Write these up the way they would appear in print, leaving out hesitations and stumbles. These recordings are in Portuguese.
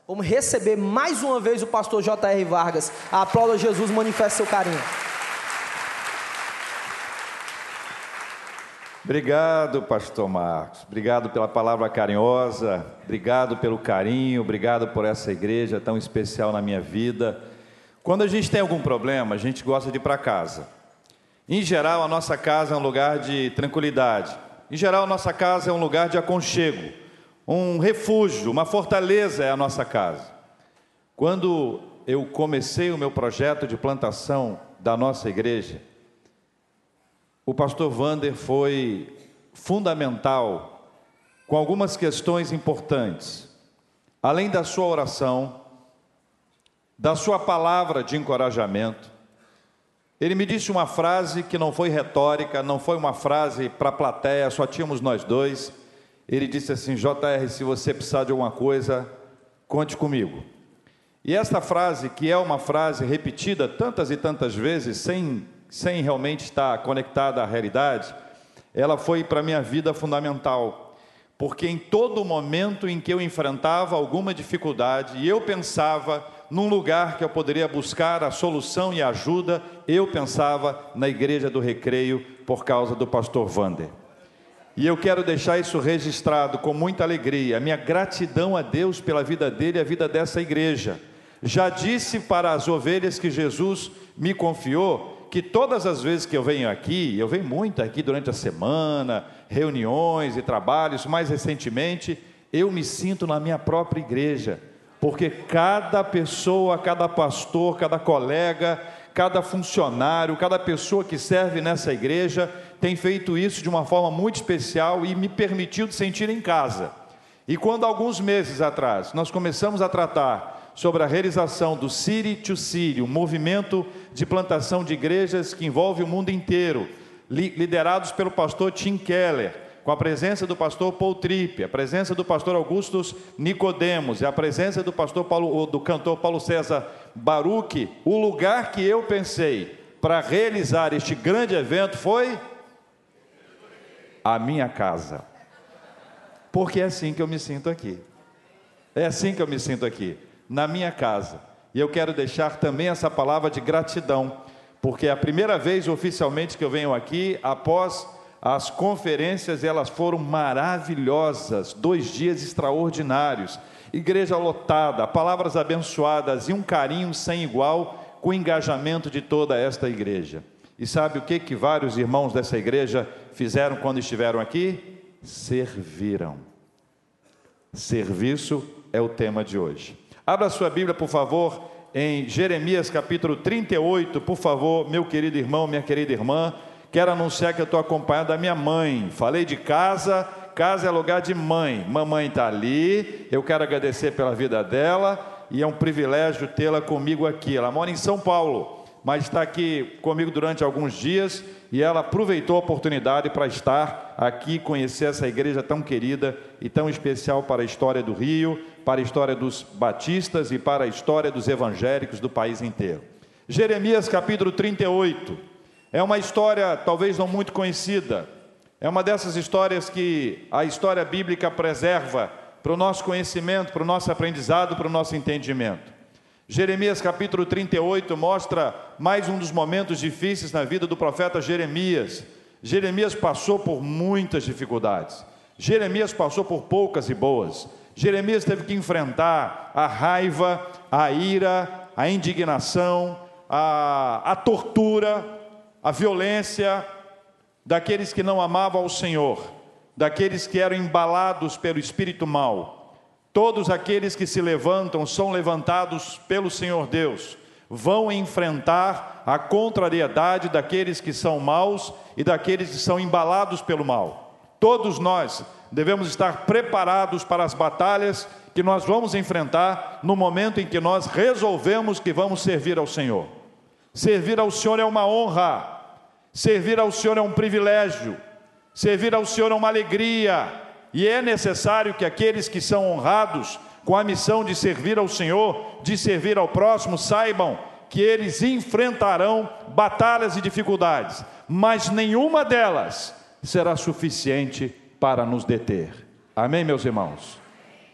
Vamos receber mais uma vez o pastor J.R. Vargas. Aplauda Jesus, manifeste seu carinho. Obrigado, pastor Marcos. Obrigado pela palavra carinhosa. Obrigado pelo carinho. Obrigado por essa igreja tão especial na minha vida. Quando a gente tem algum problema, a gente gosta de ir para casa. Em geral, a nossa casa é um lugar de tranquilidade. Em geral, a nossa casa é um lugar de aconchego. Um refúgio, uma fortaleza é a nossa casa. Quando eu comecei o meu projeto de plantação da nossa igreja, o pastor Wander foi fundamental com algumas questões importantes. Além da sua oração, da sua palavra de encorajamento, ele me disse uma frase que não foi retórica, não foi uma frase para a plateia, só tínhamos nós dois. Ele disse assim: JR, se você precisar de alguma coisa, conte comigo. E esta frase, que é uma frase repetida tantas e tantas vezes, sem realmente estar conectada à realidade, ela foi para a minha vida fundamental, porque em todo momento em que eu enfrentava alguma dificuldade e eu pensava num lugar que eu poderia buscar a solução e a ajuda, eu pensava na Igreja do Recreio por causa do pastor Wander. E eu quero deixar isso registrado com muita alegria, a minha gratidão a Deus pela vida dele e a vida dessa igreja. Já disse para as ovelhas que Jesus me confiou, que todas as vezes que eu venho aqui, eu venho muito aqui durante a semana, reuniões e trabalhos, mais recentemente, eu me sinto na minha própria igreja, porque cada pessoa, cada pastor, cada colega, cada funcionário, cada pessoa que serve nessa igreja tem feito isso de uma forma muito especial e me permitiu sentir em casa. E quando alguns meses atrás nós começamos a tratar sobre a realização do City to City, um movimento de plantação de igrejas que envolve o mundo inteiro, liderados pelo pastor Tim Keller, com a presença do pastor Paul Tripp, a presença do pastor Augustus Nicodemos e a presença do do cantor Paulo César Baruch, o lugar que eu pensei para realizar este grande evento foi a minha casa. Porque é assim que eu me sinto aqui. É assim que eu me sinto aqui, na minha casa. E eu quero deixar também essa palavra de gratidão, porque é a primeira vez oficialmente que eu venho aqui após as conferências, elas foram maravilhosas, 2 dias extraordinários, igreja lotada, palavras abençoadas e um carinho sem igual com o engajamento de toda esta igreja. E sabe o que vários irmãos dessa igreja fizeram quando estiveram aqui? Serviram. Serviço é o tema de hoje. Abra sua Bíblia, por favor, em Jeremias capítulo 38, por favor, meu querido irmão, minha querida irmã. Quero anunciar que eu estou acompanhado da minha mãe. Falei de casa, casa é lugar de mãe. Mamãe está ali, eu quero agradecer pela vida dela e é um privilégio tê-la comigo aqui. Ela mora em São Paulo, mas está aqui comigo durante alguns dias e ela aproveitou a oportunidade para estar aqui, conhecer essa igreja tão querida e tão especial para a história do Rio, para a história dos batistas e para a história dos evangélicos do país inteiro. Jeremias capítulo 38. É uma história talvez não muito conhecida, é uma dessas histórias que a história bíblica preserva para o nosso conhecimento, para o nosso aprendizado, para o nosso entendimento. Jeremias capítulo 38 mostra mais um dos momentos difíceis na vida do profeta Jeremias. Jeremias passou por muitas dificuldades, Jeremias passou por poucas e boas. Jeremias teve que enfrentar a raiva, a ira, a indignação, a tortura, a violência daqueles que não amavam ao Senhor, daqueles que eram embalados pelo espírito mau. Todos aqueles que se levantam são levantados pelo Senhor Deus, vão enfrentar a contrariedade daqueles que são maus e daqueles que são embalados pelo mal. Todos nós devemos estar preparados para as batalhas que nós vamos enfrentar no momento em que nós resolvemos que vamos servir ao Senhor. Servir ao Senhor é uma honra, servir ao Senhor é um privilégio, servir ao Senhor é uma alegria, e é necessário que aqueles que são honrados com a missão de servir ao Senhor, de servir ao próximo, saibam que eles enfrentarão batalhas e dificuldades, mas nenhuma delas será suficiente para nos deter. Amém, meus irmãos?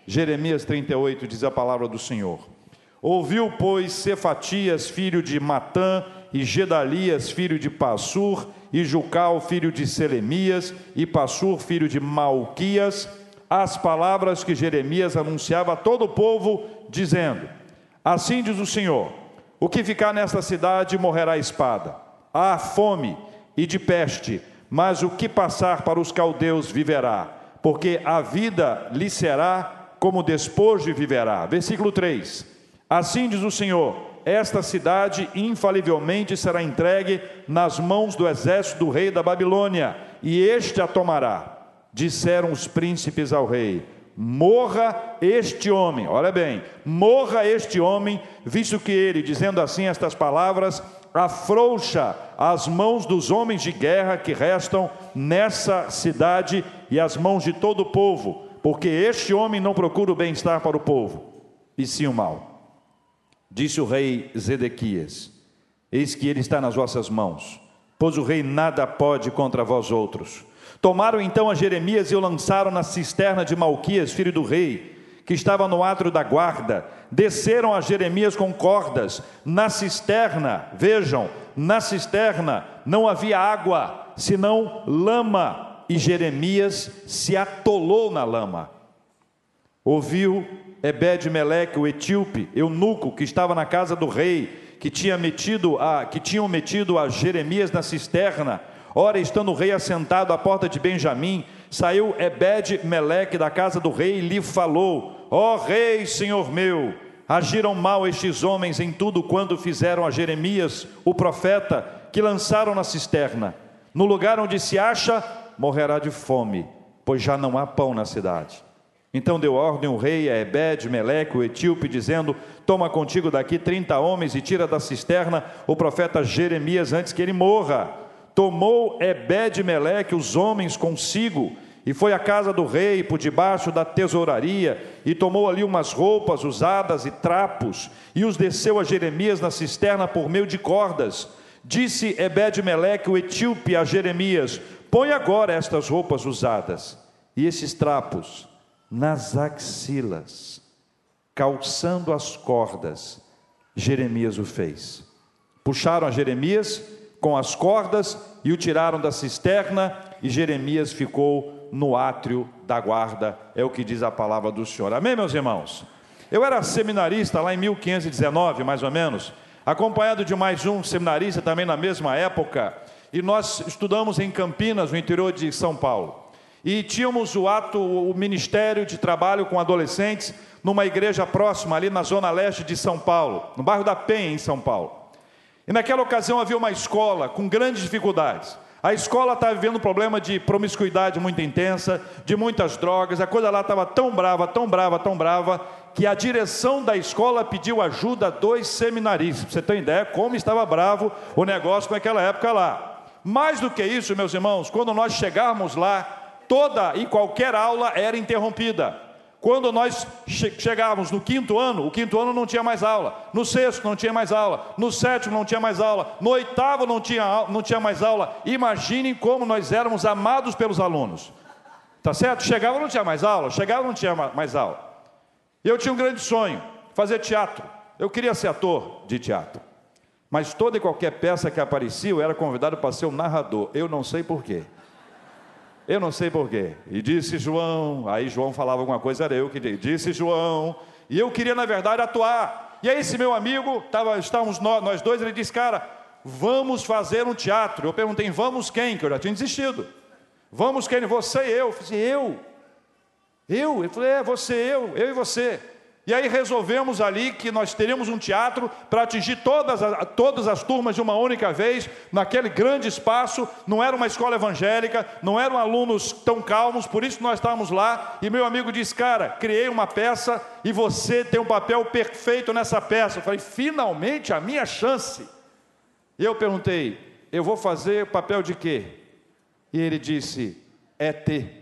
Jeremias 38 diz a palavra do Senhor. Ouviu, pois, Cefatias, filho de Matã, e Gedalias, filho de Passur, e Jucal, filho de Selemias, e Passur, filho de Malquias, as palavras que Jeremias anunciava a todo o povo, dizendo: assim diz o Senhor, o que ficar nesta cidade morrerá a espada, há fome e de peste, mas o que passar para os caldeus viverá, porque a vida lhe será como despojo e viverá. Versículo 3. Assim diz o Senhor, esta cidade infalivelmente será entregue nas mãos do exército do rei da Babilônia, e este a tomará. Disseram os príncipes ao rei: morra este homem, olha bem, morra este homem, visto que ele, dizendo assim estas palavras, afrouxa as mãos dos homens de guerra que restam nessa cidade e as mãos de todo o povo, porque este homem não procura o bem-estar para o povo, e sim o mal. Disse o rei Zedequias: eis que ele está nas vossas mãos, pois o rei nada pode contra vós outros. Tomaram então a Jeremias e o lançaram na cisterna de Malquias, filho do rei, que estava no átrio da guarda. Desceram a Jeremias com cordas. Na cisterna, vejam, na cisterna não havia água, senão lama, e Jeremias se atolou na lama. Ouviu Ebed-Meleque, o etíope, eunuco, que estava na casa do rei, que tinham metido a Jeremias na cisterna. Ora, estando o rei assentado à porta de Benjamim, saiu Ebed-Meleque da casa do rei e lhe falou: ó rei, senhor meu, agiram mal estes homens em tudo quanto fizeram a Jeremias, o profeta, que lançaram na cisterna. No lugar onde se acha, morrerá de fome, pois já não há pão na cidade. Então deu ordem o rei a Ebed-Meleque, o etíope, dizendo: toma contigo daqui 30 homens e tira da cisterna o profeta Jeremias antes que ele morra. Tomou Ebed-Meleque os homens consigo e foi à casa do rei por debaixo da tesouraria e tomou ali umas roupas usadas e trapos e os desceu a Jeremias na cisterna por meio de cordas. Disse Ebed-Meleque, o etíope, a Jeremias: põe agora estas roupas usadas e esses trapos nas axilas, calçando as cordas. Jeremias o fez. Puxaram a Jeremias com as cordas e o tiraram da cisterna, e Jeremias ficou no átrio da guarda, é o que diz a palavra do Senhor. Amém, meus irmãos? Eu era seminarista lá em 1519, mais ou menos, acompanhado de mais um seminarista também na mesma época, e nós estudamos em Campinas, no interior de São Paulo. E tínhamos o ministério de trabalho com adolescentes numa igreja próxima ali na zona leste de São Paulo, no bairro da Penha, em São Paulo. E naquela ocasião havia uma escola com grandes dificuldades. A escola estava vivendo um problema de promiscuidade muito intensa, de muitas drogas. A coisa lá estava tão brava, tão brava, tão brava, que a direção da escola pediu ajuda a 2 seminaristas. Pra você ter ideia como estava bravo o negócio naquela época lá. Mais do que isso, meus irmãos, quando nós chegarmos lá, toda e qualquer aula era interrompida. Quando nós chegávamos no 5º ano, o 5º ano não tinha mais aula, no 6º não tinha mais aula, no 7º não tinha mais aula, no 8º não tinha mais aula. Imaginem como nós éramos amados pelos alunos, tá certo? Chegava não tinha mais aula, chegava não tinha mais aula. E eu tinha um grande sonho, fazer teatro. Eu queria ser ator de teatro, mas toda e qualquer peça que aparecia eu era convidado para ser o narrador. Eu não sei porquê. Eu não sei porquê. E disse João, aí João falava alguma coisa, era eu que disse João, e eu queria na verdade atuar. E aí esse meu amigo, estávamos nós dois, ele disse: cara, vamos fazer um teatro. Eu perguntei: vamos quem? Que eu já tinha desistido. Vamos quem? Você e eu. Eu falei: eu? Ele falou: você, eu e você. E aí resolvemos ali que nós teríamos um teatro para atingir todas as turmas de uma única vez, naquele grande espaço. Não era uma escola evangélica, não eram alunos tão calmos, por isso nós estávamos lá. E meu amigo disse: cara, criei uma peça e você tem um papel perfeito nessa peça. Eu falei: finalmente a minha chance. E eu perguntei: eu vou fazer papel de quê? E ele disse: ET.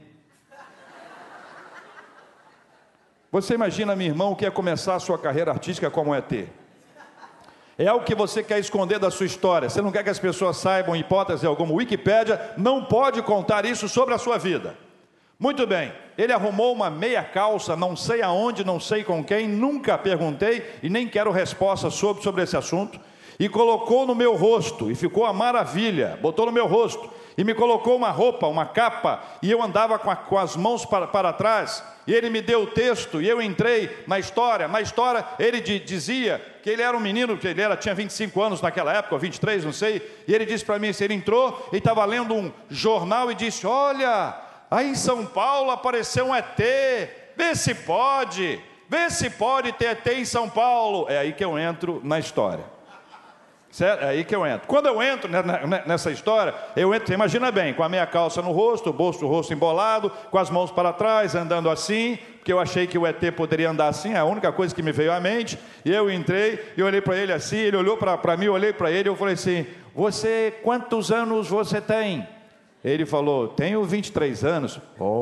Você imagina, meu irmão, que é começar a sua carreira artística como ET. É algo que você quer esconder da sua história. Você não quer que as pessoas saibam, hipótese alguma. Wikipédia não pode contar isso sobre a sua vida. Muito bem, ele arrumou uma meia calça, não sei aonde, não sei com quem, nunca perguntei e nem quero resposta sobre esse assunto, e colocou no meu rosto, e ficou a maravilha, botou no meu rosto, e me colocou uma roupa, uma capa, e eu andava com as mãos para trás, e ele me deu o texto, e eu entrei na história ele dizia que ele era um menino, que tinha 25 anos naquela época, ou 23, não sei, e ele disse para mim, ele entrou, e estava lendo um jornal, e disse, olha, aí em São Paulo apareceu um ET, vê se pode ter ET em São Paulo. É aí que eu entro na história. Certo? É aí que eu entro. Quando eu entro nessa história, eu entro, imagina bem, com a meia calça no rosto, o rosto embolado, com as mãos para trás, andando assim, porque eu achei que o ET poderia andar assim, é a única coisa que me veio à mente, e eu entrei, e olhei para ele assim, ele olhou para mim, eu olhei para ele, eu falei assim, quantos anos você tem? Ele falou, tenho 23 anos.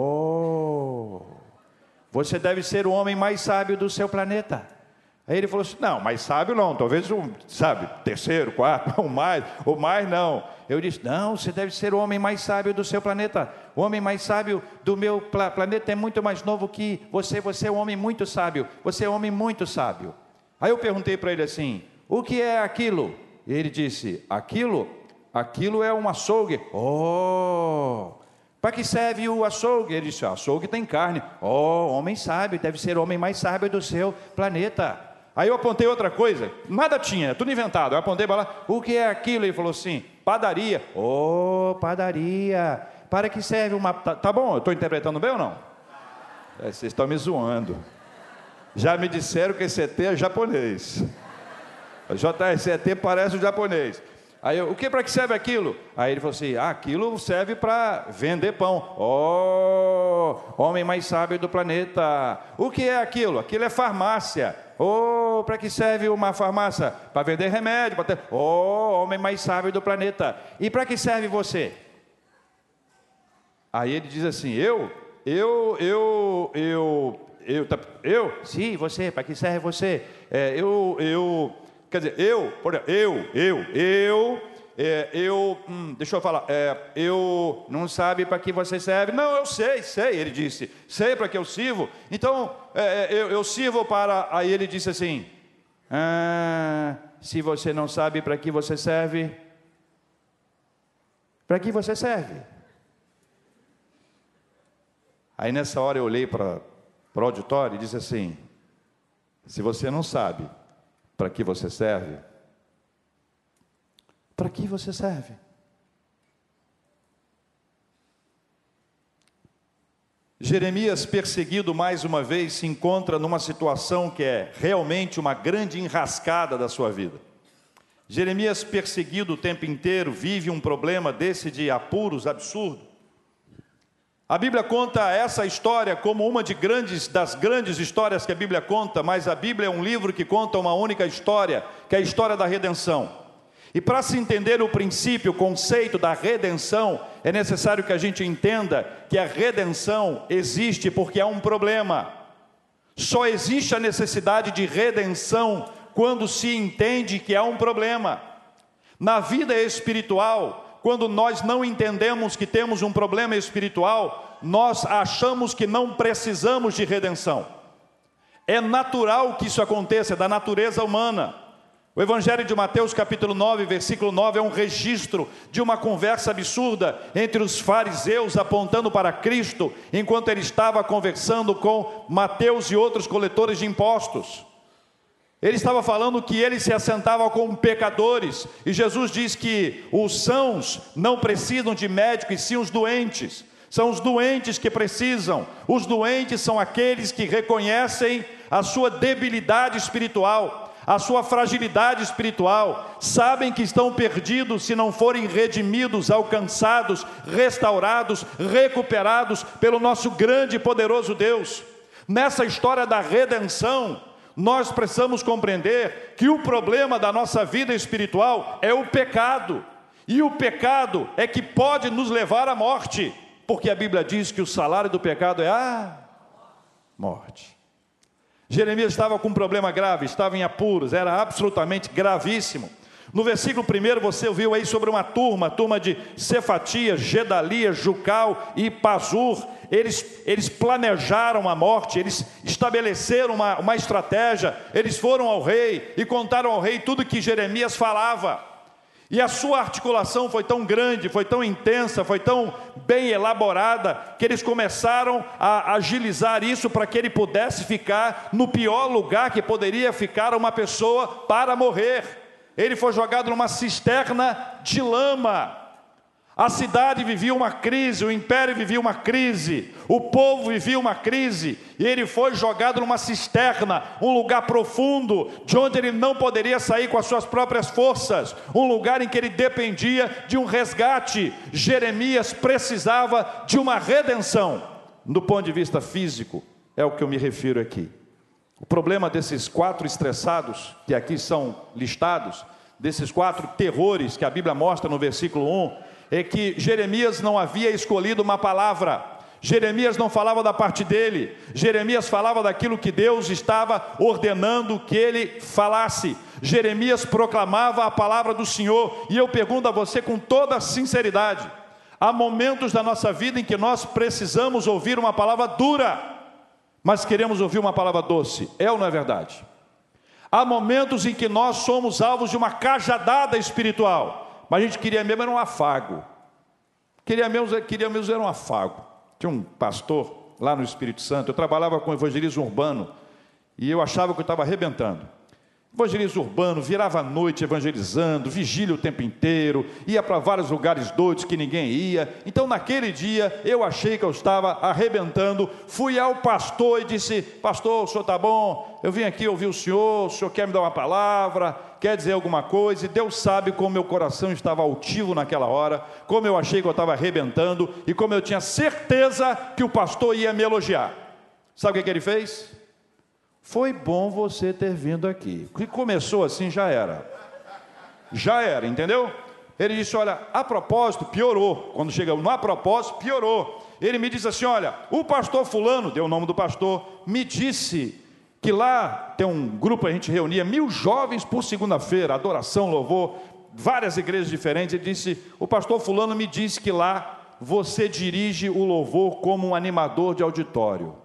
Oh, você deve ser o homem mais sábio do seu planeta. Aí ele falou assim, não, mais sábio não, talvez terceiro, quarto, ou mais não. Eu disse, não, você deve ser o homem mais sábio do seu planeta. O homem mais sábio do meu planeta é muito mais novo que você é um homem muito sábio, você é um homem muito sábio. Aí eu perguntei para ele assim, o que é aquilo? E ele disse, aquilo é um açougue. Oh, para que serve o açougue? Ele disse, açougue tem carne. Oh, homem sábio, deve ser o homem mais sábio do seu planeta. Aí eu apontei outra coisa, nada tinha, tudo inventado. Eu apontei para lá, o que é aquilo? Ele falou assim, padaria. Oh, padaria, para que serve uma... Tá bom, eu estou interpretando bem ou não? Vocês estão me zoando. Já me disseram que esse ET é japonês. Esse ET parece um japonês. Aí eu, para que serve aquilo? Aí ele falou assim, aquilo serve para vender pão. Oh, homem mais sábio do planeta. O que é aquilo? Aquilo é farmácia. Oh, para que serve uma farmácia? Para vender remédio. Oh, homem mais sábio do planeta. E para que serve você? Aí ele diz assim, eu? Sim, você, para que serve você? Quer dizer, deixa eu falar, eu não sabe para que você serve. Não, eu sei, ele disse, sei para que eu sirvo. Então, eu sirvo para... Aí ele disse assim, se você não sabe para que você serve, para que você serve? Aí nessa hora eu olhei para o auditório e disse assim, se você não sabe para que você serve, para que você serve? Jeremias, perseguido mais uma vez, se encontra numa situação que é realmente uma grande enrascada da sua vida. Jeremias, perseguido o tempo inteiro, vive um problema desse de apuros absurdo. A Bíblia conta essa história como uma das grandes histórias que a Bíblia conta, mas a Bíblia é um livro que conta uma única história, que é a história da redenção. E para se entender o princípio, o conceito da redenção, é necessário que a gente entenda que a redenção existe porque há um problema. Só existe a necessidade de redenção quando se entende que há um problema. Na vida espiritual, quando nós não entendemos que temos um problema espiritual, nós achamos que não precisamos de redenção. É natural que isso aconteça, é da natureza humana. O Evangelho de Mateus capítulo 9, versículo 9, é um registro de uma conversa absurda entre os fariseus apontando para Cristo, enquanto ele estava conversando com Mateus e outros coletores de impostos. Ele estava falando que ele se assentava com pecadores, e Jesus diz que os sãos não precisam de médico, e sim os doentes. São os doentes que precisam. Os doentes são aqueles que reconhecem a sua debilidade espiritual, a sua fragilidade espiritual, sabem que estão perdidos se não forem redimidos, alcançados, restaurados, recuperados pelo nosso grande e poderoso Deus. Nessa história da redenção, nós precisamos compreender que o problema da nossa vida espiritual é o pecado, e o pecado é que pode nos levar à morte, porque a Bíblia diz que o salário do pecado é a morte. Jeremias estava com um problema grave, estava em apuros, era absolutamente gravíssimo. No versículo 1 você ouviu aí sobre uma turma de Cefatias, Gedalias, Jucal e Pazur. Eles planejaram a morte, eles estabeleceram uma estratégia, eles foram ao rei e contaram ao rei tudo que Jeremias falava. E a sua articulação foi tão grande, foi tão intensa, foi tão bem elaborada, que eles começaram a agilizar isso para que ele pudesse ficar no pior lugar que poderia ficar uma pessoa para morrer. Ele foi jogado numa cisterna de lama. A cidade vivia uma crise, o império vivia uma crise, o povo vivia uma crise, e ele foi jogado numa cisterna, um lugar profundo, de onde ele não poderia sair com as suas próprias forças, um lugar em que ele dependia de um resgate. Jeremias precisava de uma redenção. Do ponto de vista físico, é o que eu me refiro aqui. O problema desses 4 estressados, que aqui são listados, desses 4 terrores que a Bíblia mostra no versículo 1, é que Jeremias não havia escolhido uma palavra. Jeremias não falava da parte dele. Jeremias falava daquilo que Deus estava ordenando que ele falasse. Jeremias proclamava a palavra do Senhor. E eu pergunto a você com toda sinceridade: há momentos da nossa vida em que nós precisamos ouvir uma palavra dura, mas queremos ouvir uma palavra doce. É ou não é verdade? Há momentos em que nós somos alvos de uma cajadada espiritual, mas a gente queria mesmo era um afago. Queria mesmo era um afago. Tinha um pastor lá no Espírito Santo, eu trabalhava com evangelismo urbano, e eu achava que eu estava arrebentando. Evangelismo urbano, virava a noite evangelizando, vigília o tempo inteiro, ia para vários lugares doidos que ninguém ia. Então naquele dia eu achei que eu estava arrebentando. Fui ao pastor e disse: pastor, o senhor está bom? Eu vim aqui ouvir o senhor quer me dar uma palavra, quer dizer alguma coisa? E Deus sabe como meu coração estava altivo naquela hora, como eu achei que eu estava arrebentando, e como eu tinha certeza que o pastor ia me elogiar. Sabe o que ele fez? Foi bom você ter vindo aqui. Que começou assim, já era, entendeu? Ele disse: olha, a propósito, piorou. Quando chegamos no a propósito, piorou. Ele me disse assim: olha, o pastor fulano, deu o nome do pastor, me disse que lá tem um grupo, a gente reunia 1000 jovens por segunda-feira, adoração, louvor, várias igrejas diferentes. Ele disse: o pastor fulano me disse que lá você dirige o louvor como um animador de auditório.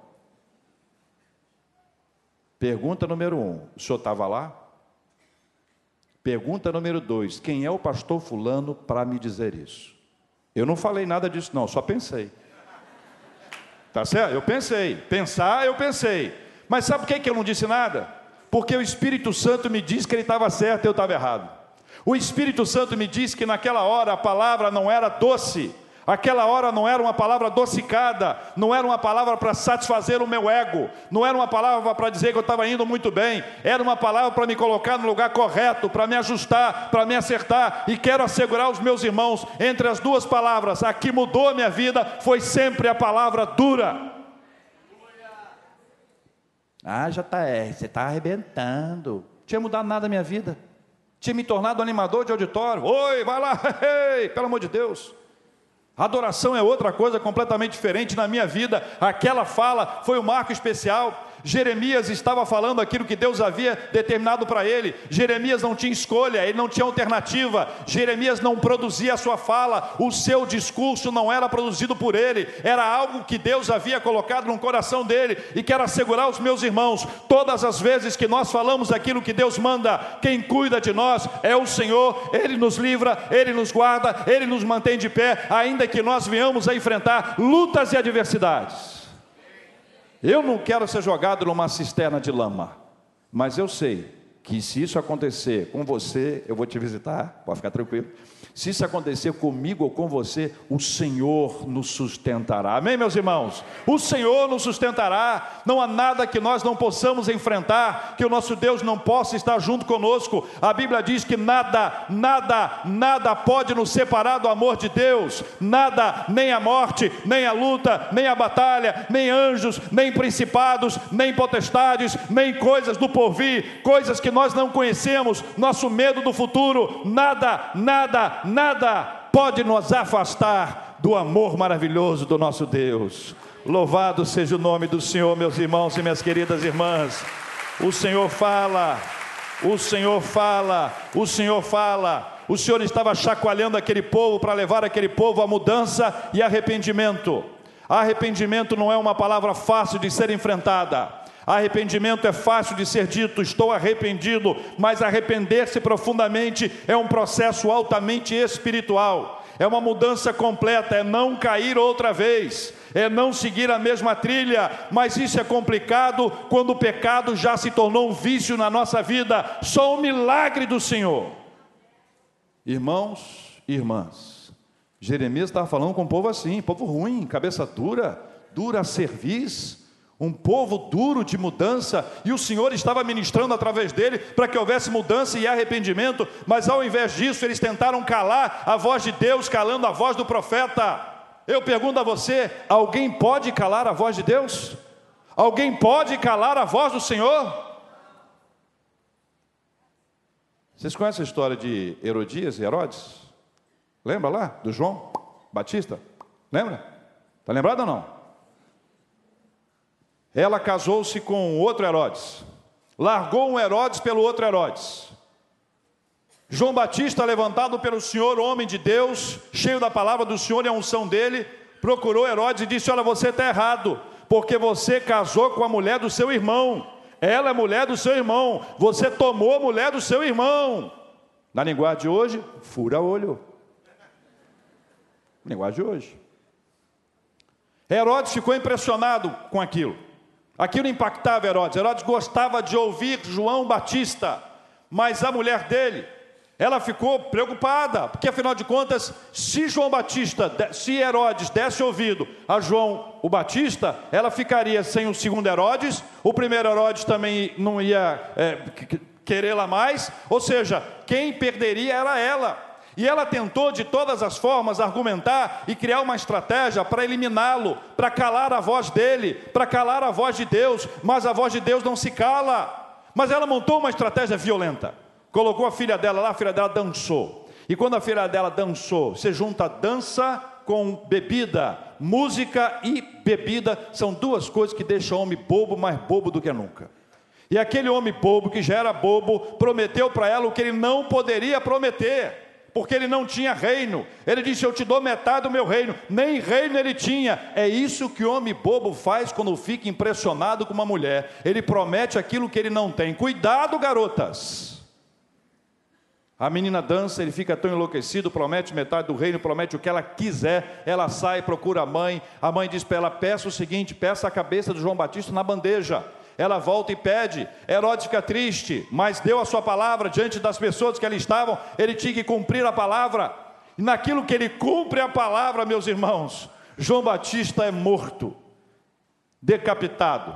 Pergunta número 1, o senhor estava lá? Pergunta número 2, quem é o pastor fulano para me dizer isso? Eu não falei nada disso não, só pensei. Tá certo? Eu pensei, eu pensei. Mas sabe por que eu não disse nada? Porque o Espírito Santo me disse que ele estava certo e eu estava errado. O Espírito Santo me disse que naquela hora a palavra não era doce. Aquela hora não era uma palavra adocicada, não era uma palavra para satisfazer o meu ego, não era uma palavra para dizer que eu estava indo muito bem, era uma palavra para me colocar no lugar correto, para me ajustar, para me acertar. E quero assegurar aos meus irmãos, entre as duas palavras, a que mudou a minha vida foi sempre a palavra dura. Você está arrebentando. Não tinha mudado nada na minha vida, tinha me tornado animador de auditório. Oi, vai lá, pelo amor de Deus. Adoração é outra coisa completamente diferente na minha vida. Aquela fala foi um marco especial. Jeremias estava falando aquilo que Deus havia determinado para ele. Jeremias não tinha escolha, ele não tinha alternativa. Jeremias não produzia a sua fala, o seu discurso não era produzido por ele, era algo que Deus havia colocado no coração dele. E quero assegurar aos meus irmãos, todas as vezes que nós falamos aquilo que Deus manda, quem cuida de nós é o Senhor. Ele nos livra, Ele nos guarda, Ele nos mantém de pé, ainda que nós venhamos a enfrentar lutas e adversidades. Eu não quero ser jogado numa cisterna de lama, mas eu sei que se isso acontecer com você, eu vou te visitar, pode ficar tranquilo. Se isso acontecer comigo ou com você, o Senhor nos sustentará. Amém, meus irmãos? O Senhor nos sustentará. Não há nada que nós não possamos enfrentar, que o nosso Deus não possa estar junto conosco. A Bíblia diz que nada pode nos separar do amor de Deus. Nada, nem a morte, nem a luta, nem a batalha, nem anjos, nem principados, nem potestades, nem coisas do porvir, coisas que nós não conhecemos, nosso medo do futuro. Nada pode nos afastar do amor maravilhoso do nosso Deus. Louvado seja o nome do Senhor, meus irmãos e minhas queridas irmãs. O Senhor fala, O Senhor fala, o Senhor fala. O Senhor estava chacoalhando aquele povo para levar aquele povo à mudança e arrependimento. Arrependimento não é uma palavra fácil de ser enfrentada. Arrependimento é fácil de ser dito, estou arrependido, mas arrepender-se profundamente é um processo altamente espiritual. É uma mudança completa, é não cair outra vez, é não seguir a mesma trilha, mas isso é complicado quando o pecado já se tornou um vício na nossa vida. Só o milagre do Senhor. Irmãos e irmãs, Jeremias estava falando com um povo assim, povo ruim, cabeça dura, dura a cerviz, um povo duro de mudança, e o Senhor estava ministrando através dele para que houvesse mudança e arrependimento, mas ao invés disso eles tentaram calar a voz de Deus, calando a voz do profeta. Eu pergunto a você, alguém pode calar a voz de Deus? Alguém pode calar a voz do Senhor? Vocês conhecem a história de Herodias e Herodes? Lembra lá do João Batista? Lembra? Está lembrado ou não? Ela casou-se com outro Herodes, largou um Herodes pelo outro Herodes. João Batista, levantado pelo Senhor, homem de Deus, cheio da palavra do Senhor e a unção dele, procurou Herodes e disse: olha, você está errado, porque você casou com a mulher do seu irmão. Ela é mulher do seu irmão, você tomou a mulher do seu irmão. Na linguagem de hoje, fura olho. Linguagem de hoje. Herodes ficou impressionado com aquilo. Aquilo impactava Herodes. Herodes gostava de ouvir João Batista, mas a mulher dele, ela ficou preocupada, porque afinal de contas, se Herodes desse ouvido a João o Batista, ela ficaria sem o segundo Herodes, o primeiro Herodes também não ia querê-la mais, ou seja, quem perderia era ela. E ela tentou de todas as formas argumentar e criar uma estratégia para eliminá-lo, para calar a voz dele, para calar a voz de Deus, mas a voz de Deus não se cala. Mas ela montou uma estratégia violenta, colocou a filha dela lá, a filha dela dançou. E quando a filha dela dançou, você junta dança com bebida, música e bebida, são duas coisas que deixam o homem bobo, mais bobo do que nunca. E aquele homem bobo, que já era bobo, prometeu para ela o que ele não poderia prometer, porque ele não tinha reino. Ele disse: eu te dou metade do meu reino. Nem reino ele tinha. É isso que o homem bobo faz quando fica impressionado com uma mulher. Ele promete aquilo que ele não tem. Cuidado, garotas. A menina dança, ele fica tão enlouquecido, promete metade do reino, promete o que ela quiser. Ela sai, procura a mãe diz para ela: peça o seguinte, peça a cabeça do João Batista na bandeja. Ela volta e pede. Herodes fica triste, mas deu a sua palavra diante das pessoas que ali estavam. Ele tinha que cumprir a palavra, e naquilo que ele cumpre a palavra, meus irmãos, João Batista é morto, decapitado,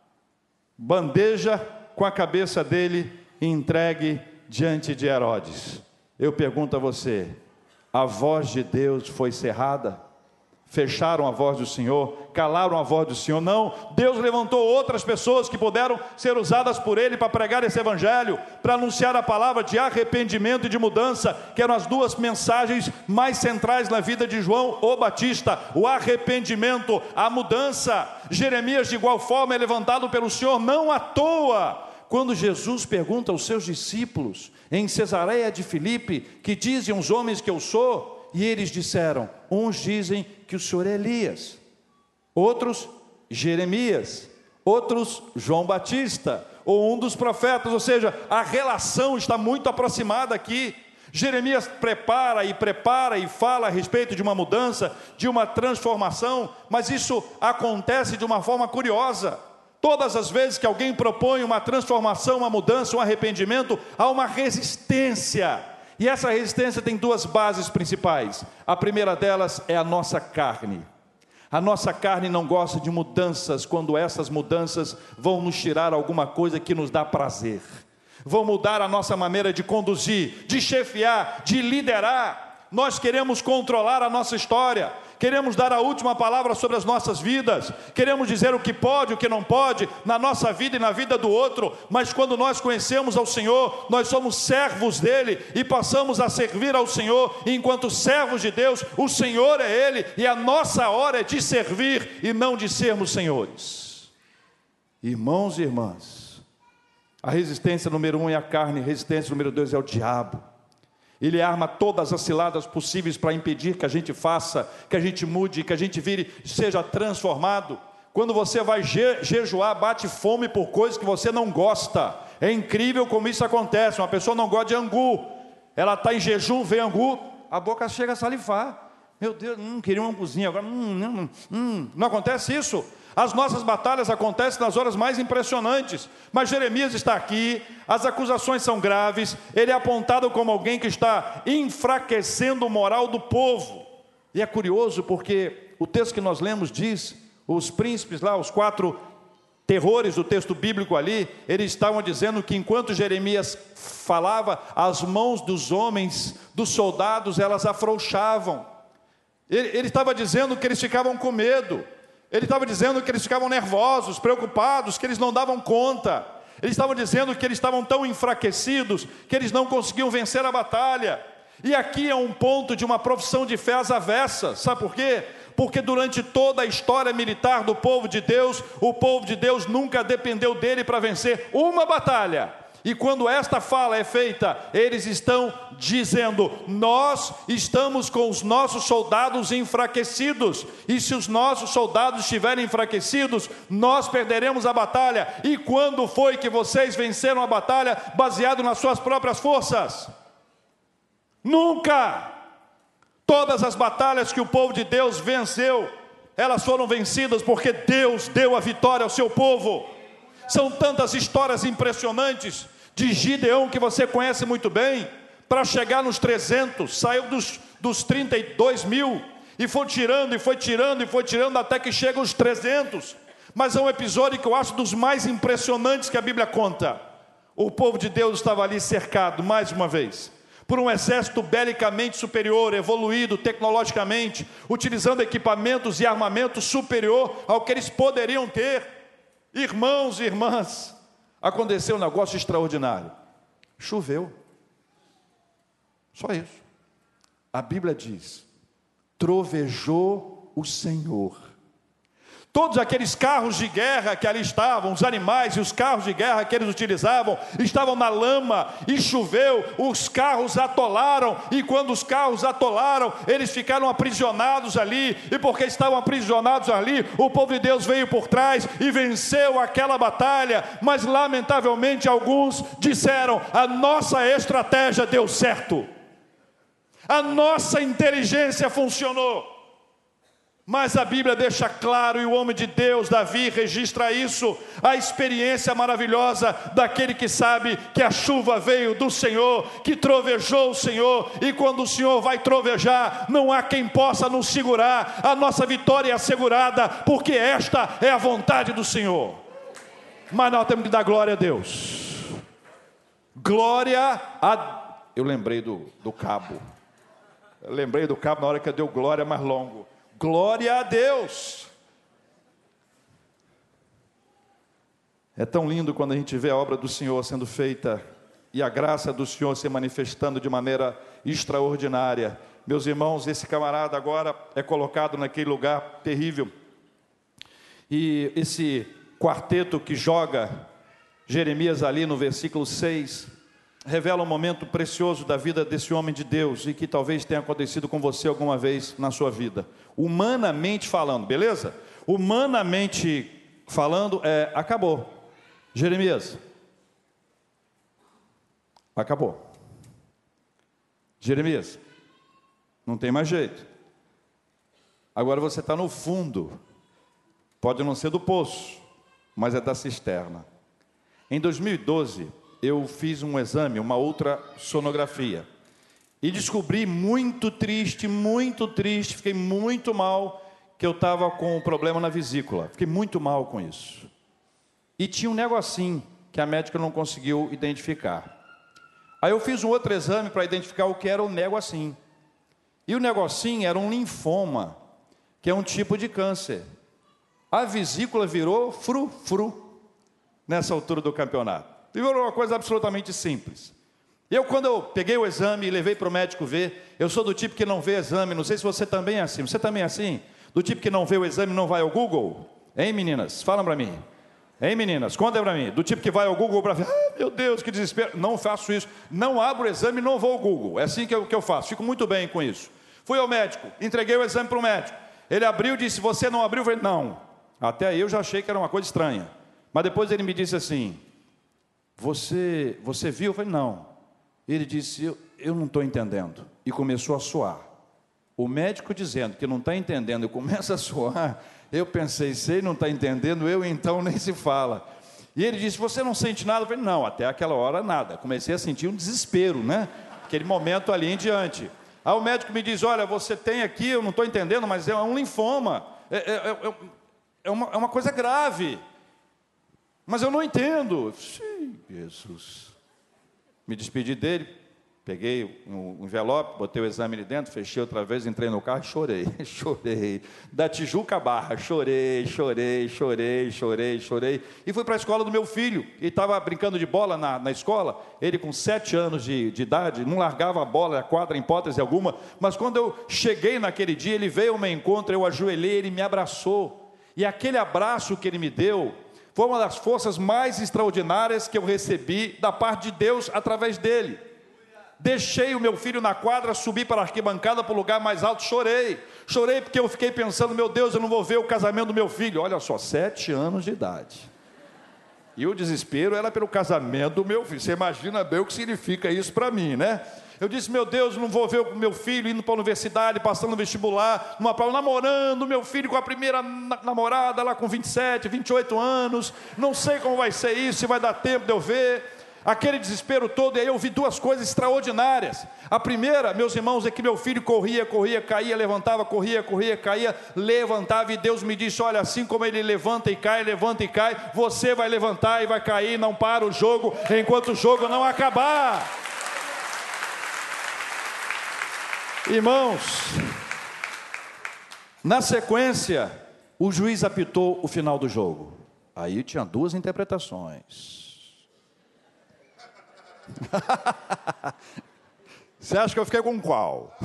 bandeja com a cabeça dele entregue diante de Herodes. Eu pergunto a você, a voz de Deus foi cerrada? Fecharam a voz do Senhor, calaram a voz do Senhor? Não, Deus levantou outras pessoas que puderam ser usadas por Ele para pregar esse Evangelho, para anunciar a palavra de arrependimento e de mudança, que eram as duas mensagens mais centrais na vida de João o Batista: o arrependimento, a mudança. Jeremias, de igual forma, é levantado pelo Senhor, não à toa. Quando Jesus pergunta aos seus discípulos, em Cesareia de Filipe: que dizem os homens que eu sou? E eles disseram: uns dizem que o Senhor é Elias, outros Jeremias, outros João Batista, ou um dos profetas. Ou seja, a relação está muito aproximada aqui. Jeremias prepara e fala a respeito de uma mudança, de uma transformação, mas isso acontece de uma forma curiosa. Todas as vezes que alguém propõe uma transformação, uma mudança, um arrependimento, há uma resistência. E essa resistência tem duas bases principais. A primeira delas é a nossa carne. A nossa carne não gosta de mudanças quando essas mudanças vão nos tirar alguma coisa que nos dá prazer. Vão mudar a nossa maneira de conduzir, de chefiar, de liderar. Nós queremos controlar a nossa história. Queremos dar a última palavra sobre as nossas vidas, queremos dizer o que pode, o que não pode, na nossa vida e na vida do outro, mas quando nós conhecemos ao Senhor, nós somos servos dEle, e passamos a servir ao Senhor, e enquanto servos de Deus, o Senhor é Ele, e a nossa hora é de servir, e não de sermos senhores. Irmãos e irmãs, A resistência número 1 é a carne, a resistência número 2 é o diabo. Ele arma todas as ciladas possíveis para impedir que a gente faça, que a gente mude, que a gente vire, seja transformado. Quando você vai jejuar, bate fome por coisas que você não gosta. É incrível como isso acontece. Uma pessoa não gosta de angu, ela está em jejum, vê angu, a boca chega a salivar. Meu Deus, queria um anguzinho agora. Não acontece isso? As nossas batalhas acontecem nas horas mais impressionantes. Mas Jeremias está aqui, as acusações são graves, ele é apontado como alguém que está enfraquecendo o moral do povo. E é curioso porque o texto que nós lemos diz, os príncipes lá, os 4 terrores do texto bíblico ali, eles estavam dizendo que enquanto Jeremias falava, as mãos dos homens, dos soldados, elas afrouxavam. Ele estava dizendo que eles ficavam com medo. Ele estava dizendo que eles ficavam nervosos, preocupados, que eles não davam conta. Eles estavam dizendo que eles estavam tão enfraquecidos que eles não conseguiam vencer a batalha. E aqui é um ponto de uma profissão de fé às avessas. Sabe por quê? Porque durante toda a história militar do povo de Deus, o povo de Deus nunca dependeu dele para vencer uma batalha. E quando esta fala é feita, eles estão dizendo: nós estamos com os nossos soldados enfraquecidos, e se os nossos soldados estiverem enfraquecidos, nós perderemos a batalha. E quando foi que vocês venceram a batalha baseado nas suas próprias forças? Nunca! Todas as batalhas que o povo de Deus venceu, elas foram vencidas porque Deus deu a vitória ao seu povo. São tantas histórias impressionantes de Gideão, que você conhece muito bem, para chegar nos 300, saiu dos 32 mil, e foi tirando, até que chega aos 300, mas é um episódio que eu acho dos mais impressionantes que a Bíblia conta. O povo de Deus estava ali cercado, mais uma vez, por um exército belicamente superior, evoluído tecnologicamente, utilizando equipamentos e armamento superior ao que eles poderiam ter. Irmãos e irmãs, aconteceu um negócio extraordinário. Choveu. Só isso. A Bíblia diz: trovejou o Senhor. Todos aqueles carros de guerra que ali estavam, os animais e os carros de guerra que eles utilizavam, estavam na lama, e choveu, os carros atolaram, e quando os carros atolaram, eles ficaram aprisionados ali, e porque estavam aprisionados ali, o povo de Deus veio por trás e venceu aquela batalha. Mas lamentavelmente alguns disseram: a nossa estratégia deu certo, a nossa inteligência funcionou. Mas a Bíblia deixa claro, e o homem de Deus, Davi, registra isso, a experiência maravilhosa daquele que sabe que a chuva veio do Senhor, que trovejou o Senhor, e quando o Senhor vai trovejar, não há quem possa nos segurar. A nossa vitória é assegurada, porque esta é a vontade do Senhor. Mas nós temos que dar glória a Deus. Glória a... Eu lembrei do cabo. Eu lembrei do cabo na hora que eu dei glória mais longo. Glória a Deus. É tão lindo quando a gente vê a obra do Senhor sendo feita e a graça do Senhor se manifestando de maneira extraordinária. Meus irmãos, esse camarada agora é colocado naquele lugar terrível. E esse quarteto que joga Jeremias ali no versículo 6 revela um momento precioso da vida desse homem de Deus, e que talvez tenha acontecido com você alguma vez na sua vida. Humanamente falando, beleza? Humanamente falando, acabou. Jeremias, acabou. Jeremias, não tem mais jeito. Agora você está no fundo. Pode não ser do poço, mas é da cisterna. Em 2012, eu fiz um exame, uma ultrassonografia, e descobri muito triste, fiquei muito mal, que eu estava com um problema na vesícula. Fiquei muito mal com isso. E tinha um negocinho que a médica não conseguiu identificar. Aí eu fiz um outro exame para identificar o que era o negocinho. E o negocinho era um linfoma, que é um tipo de câncer. A vesícula virou frufru nessa altura do campeonato. E virou uma coisa absolutamente simples. Quando eu peguei o exame e levei para o médico ver, eu sou do tipo que não vê exame, não sei se você também é assim. Você também é assim? Do tipo que não vê o exame e não vai ao Google? Hein, meninas? Fala para mim. Hein, meninas? Conta para mim. Do tipo que vai ao Google para ver, meu Deus, que desespero. Não faço isso. Não abro o exame e não vou ao Google. É assim que eu faço. Fico muito bem com isso. Fui ao médico, entreguei o exame para o médico. Ele abriu e disse, você não abriu? Eu falei, não. Até aí eu já achei que era uma coisa estranha. Mas depois ele me disse assim, você viu? Eu falei, não. Ele disse, eu não estou entendendo. E começou a suar. O médico dizendo que não está entendendo e começa a suar, eu pensei, se ele não está entendendo, eu então nem se fala. E ele disse, você não sente nada? Eu falei, não, até aquela hora nada. Comecei a sentir um desespero, né? Aquele momento ali em diante. Aí o médico me diz, olha, você tem aqui, eu não estou entendendo, mas é um linfoma. É uma coisa grave. Mas eu não entendo. Jesus. Me despedi dele, peguei um envelope, botei o exame ali dentro, fechei outra vez, entrei no carro e chorei. Chorei. Da Tijuca à Barra, chorei. E fui para a escola do meu filho. Ele estava brincando de bola na escola. Ele com 7 anos de idade, não largava a bola, a quadra, em hipótese alguma. Mas quando eu cheguei naquele dia, ele veio ao meu encontro, eu ajoelhei, ele me abraçou. E aquele abraço que ele me deu foi uma das forças mais extraordinárias que eu recebi da parte de Deus através dele. Deixei o meu filho na quadra, subi para a arquibancada, para o lugar mais alto, chorei porque eu fiquei pensando, meu Deus, eu não vou ver o casamento do meu filho. Olha só, 7 anos de idade. E o desespero era pelo casamento do meu filho. Você imagina bem o que significa isso para mim, né? Eu disse, meu Deus, não vou ver o meu filho indo para a universidade, passando no vestibular, numa prova, namorando meu filho com a primeira namorada, lá com 27, 28 anos, não sei como vai ser isso, se vai dar tempo de eu ver. Aquele desespero todo, e aí eu vi 2 coisas extraordinárias. A primeira, meus irmãos, é que meu filho corria, caía, levantava, corria, caía, levantava, e Deus me disse, olha, assim como ele levanta e cai, você vai levantar e vai cair, não para o jogo, enquanto o jogo não acabar. Irmãos, na sequência, o juiz apitou o final do jogo. Aí tinha 2 interpretações. Você acha que eu fiquei com qual?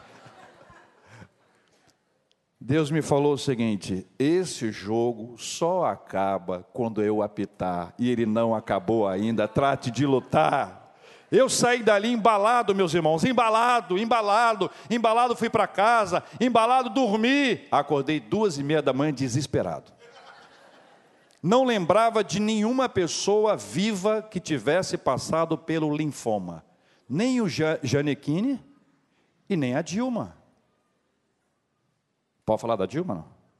Deus me falou o seguinte, esse jogo só acaba quando eu apitar, e ele não acabou ainda, trate de lutar. Eu saí dali embalado, meus irmãos, embalado, fui para casa, dormi. Acordei 2h30 da manhã desesperado. Não lembrava de nenhuma pessoa viva que tivesse passado pelo linfoma. Nem o Janequine e nem a Dilma. Pode falar da Dilma, não?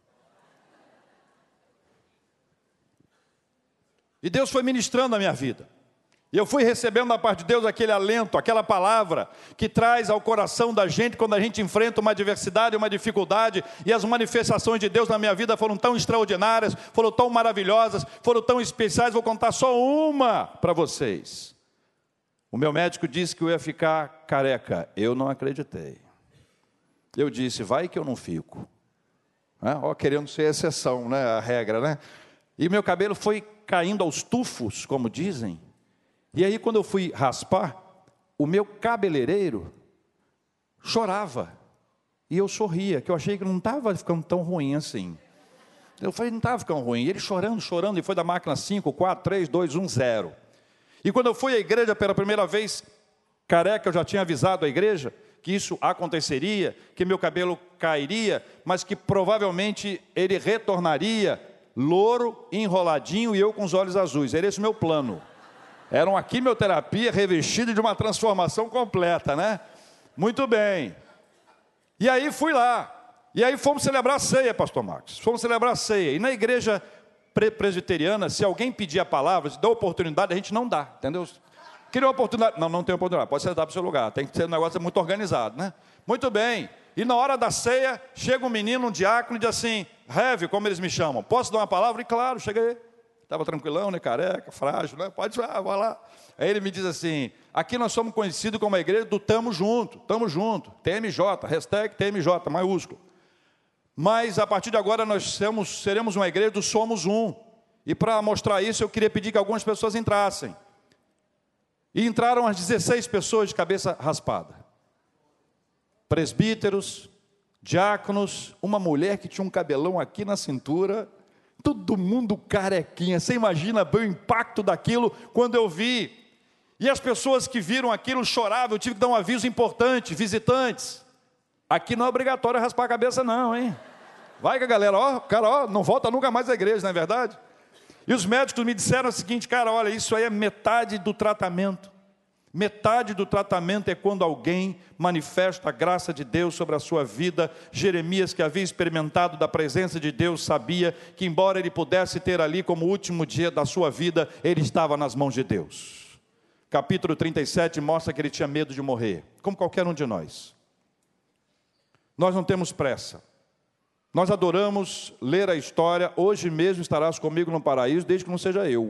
E Deus foi ministrando a minha vida. E eu fui recebendo da parte de Deus aquele alento, aquela palavra que traz ao coração da gente quando a gente enfrenta uma adversidade, uma dificuldade, e as manifestações de Deus na minha vida foram tão extraordinárias, foram tão maravilhosas, foram tão especiais. Vou contar só uma para vocês. O meu médico disse que eu ia ficar careca. Eu não acreditei. Eu disse, vai que eu não fico. Querendo ser exceção, né? A regra, né? E meu cabelo foi caindo aos tufos, como dizem. E aí, quando eu fui raspar, o meu cabeleireiro chorava. E eu sorria, que eu achei que não estava ficando tão ruim assim. Eu falei, não estava ficando ruim. E ele chorando, e foi da máquina 5, 4, 3, 2, 1, 0. E quando eu fui à igreja pela primeira vez, careca, eu já tinha avisado a igreja que isso aconteceria, que meu cabelo cairia, mas que provavelmente ele retornaria louro, enroladinho e eu com os olhos azuis. Era esse o meu plano. Era uma quimioterapia revestida de uma transformação completa, né? Muito bem. E aí fui lá. E aí fomos celebrar a ceia, pastor Marcos. Fomos celebrar a ceia. E na igreja presbiteriana, se alguém pedir a palavra, se dá oportunidade, a gente não dá, entendeu? Queria uma oportunidade? Não tem oportunidade. Pode sentar para o seu lugar. Tem que ser um negócio muito organizado, né? Muito bem. E na hora da ceia, chega um menino, um diácono, e diz assim, Rev, como eles me chamam, posso dar uma palavra? E claro, cheguei. Estava tranquilão, né, careca, frágil, né? Pode vai lá. Aí ele me diz assim, aqui nós somos conhecidos como a igreja do Tamo Junto, TMJ, hashtag TMJ, maiúsculo. Mas a partir de agora nós seremos uma igreja do Somos Um. E para mostrar isso eu queria pedir que algumas pessoas entrassem. E entraram as 16 pessoas de cabeça raspada. Presbíteros, diáconos, uma mulher que tinha um cabelão aqui na cintura, todo mundo carequinha. Você imagina bem o impacto daquilo quando eu vi. E as pessoas que viram aquilo choravam. Eu tive que dar um aviso importante: visitantes, aqui não é obrigatório raspar a cabeça não, hein? Vai que a galera, ó, cara, ó, não volta nunca mais à igreja, não é verdade? E os médicos me disseram o seguinte: cara, olha, isso aí é metade do tratamento. Metade do tratamento é quando alguém manifesta a graça de Deus sobre a sua vida. Jeremias, que havia experimentado da presença de Deus, sabia que embora ele pudesse ter ali como último dia da sua vida, ele estava nas mãos de Deus. Capítulo 37 mostra que ele tinha medo de morrer, como qualquer um de nós. Nós não temos pressa. Nós adoramos ler a história. Hoje mesmo estarás comigo no paraíso, desde que não seja eu.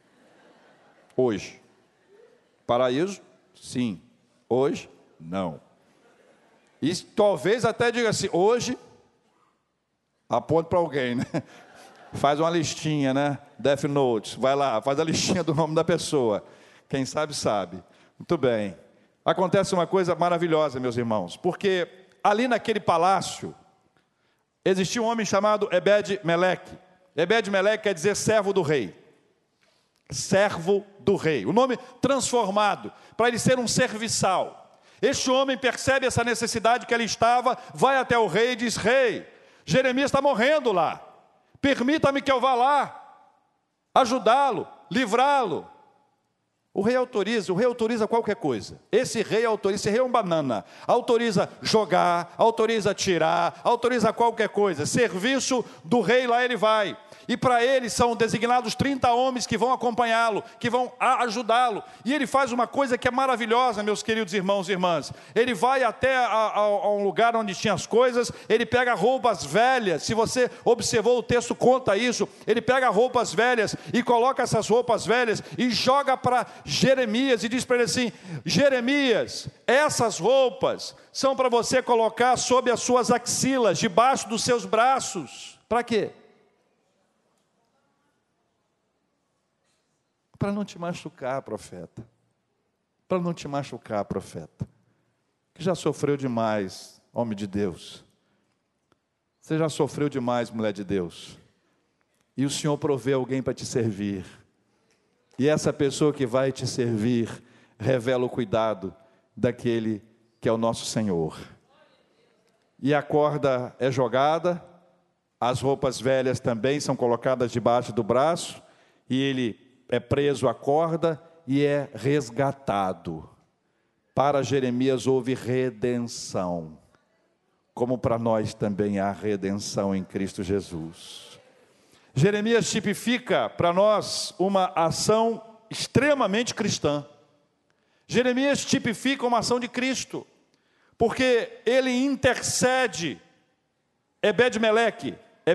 Hoje. Paraíso, sim. Hoje, não. E talvez até diga assim: hoje, aponte para alguém, né? Faz uma listinha, né? Death Notes, vai lá, faz a listinha do nome da pessoa. Quem sabe, sabe. Muito bem. Acontece uma coisa maravilhosa, meus irmãos, porque ali naquele palácio existia um homem chamado Ebed-Meleque. Ebed-Meleque quer dizer servo do rei. Servo do rei, o nome transformado, para ele ser um serviçal. Este homem percebe essa necessidade que ele estava, vai até o rei e diz: rei, Jeremias está morrendo lá, permita-me que eu vá lá, ajudá-lo, livrá-lo. O rei autoriza qualquer coisa. Esse rei é um banana. Autoriza jogar, autoriza tirar, autoriza qualquer coisa. Serviço do rei, lá ele vai. E para ele são designados 30 homens que vão acompanhá-lo, que vão ajudá-lo. E ele faz uma coisa que é maravilhosa, meus queridos irmãos e irmãs. Ele vai até a um lugar onde tinha as coisas, ele pega roupas velhas. Se você observou, o texto conta isso. Ele pega roupas velhas e coloca essas roupas velhas e joga para Jeremias e diz para ele assim: Jeremias, essas roupas são para você colocar sob as suas axilas, debaixo dos seus braços. Para quê? Para não te machucar, profeta. Para não te machucar, profeta. Que já sofreu demais, homem de Deus. Você já sofreu demais, mulher de Deus. E o Senhor provê alguém para te servir. E essa pessoa que vai te servir revela o cuidado daquele que é o nosso Senhor. E a corda é jogada, as roupas velhas também são colocadas debaixo do braço, e ele é preso à corda e é resgatado. Para Jeremias houve redenção, como para nós também há redenção em Cristo Jesus. Jeremias tipifica para nós uma ação extremamente cristã. Jeremias tipifica uma ação de Cristo, porque ele intercede. Ebed-Meleque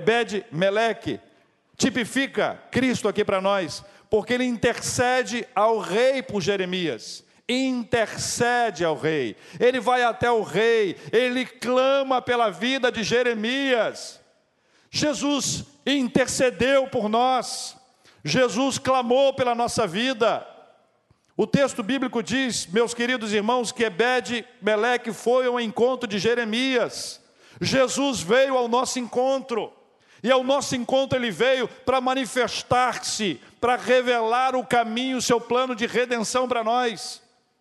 tipifica Cristo aqui para nós, porque ele intercede ao rei por Jeremias. Intercede ao rei. Ele vai até o rei, ele clama pela vida de Jeremias. Jesus intercedeu por nós. Jesus clamou pela nossa vida. O texto bíblico diz, meus queridos irmãos, que Ebed-Meleque foi ao encontro de Jeremias. Jesus veio ao nosso encontro. E ao nosso encontro ele veio para manifestar-se, para revelar o caminho, o seu plano de redenção para nós.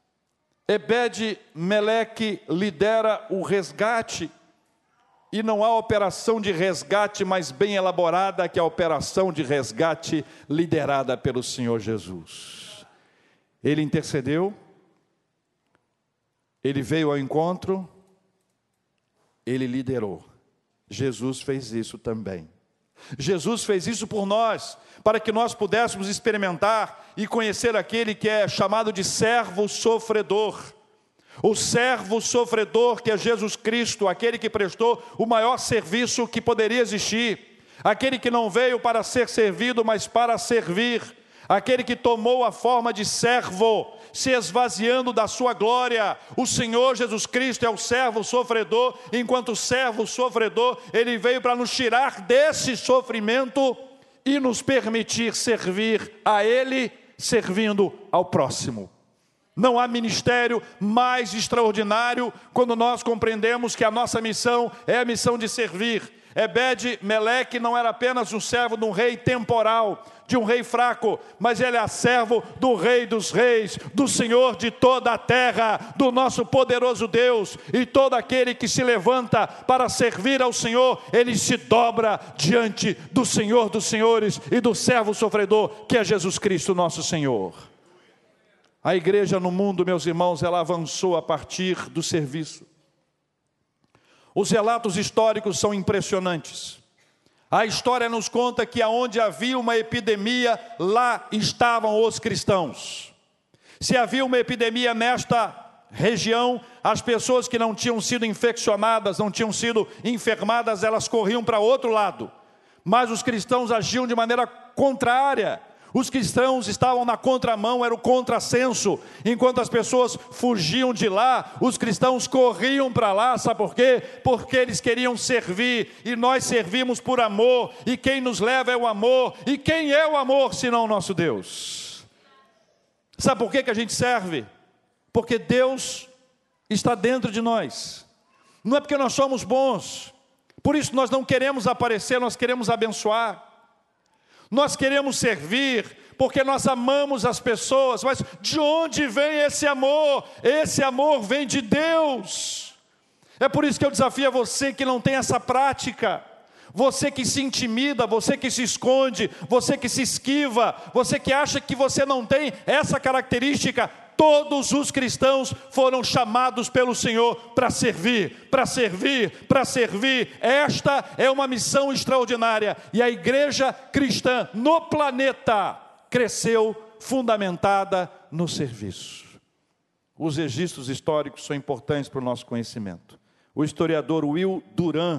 Ebed-Meleque lidera o resgate. E não há operação de resgate mais bem elaborada que a operação de resgate liderada pelo Senhor Jesus. Ele intercedeu, ele veio ao encontro, ele liderou. Jesus fez isso também. Jesus fez isso por nós, para que nós pudéssemos experimentar e conhecer aquele que é chamado de servo sofredor. O servo sofredor que é Jesus Cristo, aquele que prestou o maior serviço que poderia existir, aquele que não veio para ser servido, mas para servir, aquele que tomou a forma de servo, se esvaziando da sua glória. O Senhor Jesus Cristo é o servo sofredor. Enquanto servo sofredor, ele veio para nos tirar desse sofrimento e nos permitir servir a ele, servindo ao próximo. Não há ministério mais extraordinário quando nós compreendemos que a nossa missão é a missão de servir. Ebed-Meleque não era apenas um servo de um rei temporal, de um rei fraco, mas ele é servo do Rei dos Reis, do Senhor de toda a terra, do nosso poderoso Deus. E todo aquele que se levanta para servir ao Senhor, ele se dobra diante do Senhor dos Senhores e do servo sofredor, que é Jesus Cristo, nosso Senhor. A igreja no mundo, meus irmãos, ela avançou a partir do serviço. Os relatos históricos são impressionantes. A história nos conta que aonde havia uma epidemia, lá estavam os cristãos. Se havia uma epidemia nesta região, as pessoas que não tinham sido infeccionadas, não tinham sido enfermadas, elas corriam para outro lado. Mas os cristãos agiam de maneira contrária. Os cristãos estavam na contramão, era o contrassenso. Enquanto as pessoas fugiam de lá, os cristãos corriam para lá. Sabe por quê? Porque eles queriam servir, e nós servimos por amor, e quem nos leva é o amor. E quem é o amor, senão o nosso Deus? Sabe por que a gente serve? Porque Deus está dentro de nós. Não é porque nós somos bons. Por isso nós não queremos aparecer, nós queremos abençoar. Nós queremos servir porque nós amamos as pessoas, mas de onde vem esse amor? Esse amor vem de Deus. É por isso que eu desafio a você que não tem essa prática, você que se intimida, você que se esconde, você que se esquiva, você que acha que você não tem essa característica. Todos os cristãos foram chamados pelo Senhor para servir, para servir, para servir. Esta é uma missão extraordinária. E a igreja cristã no planeta cresceu fundamentada no serviço. Os registros históricos são importantes para o nosso conhecimento. O historiador Will Durant,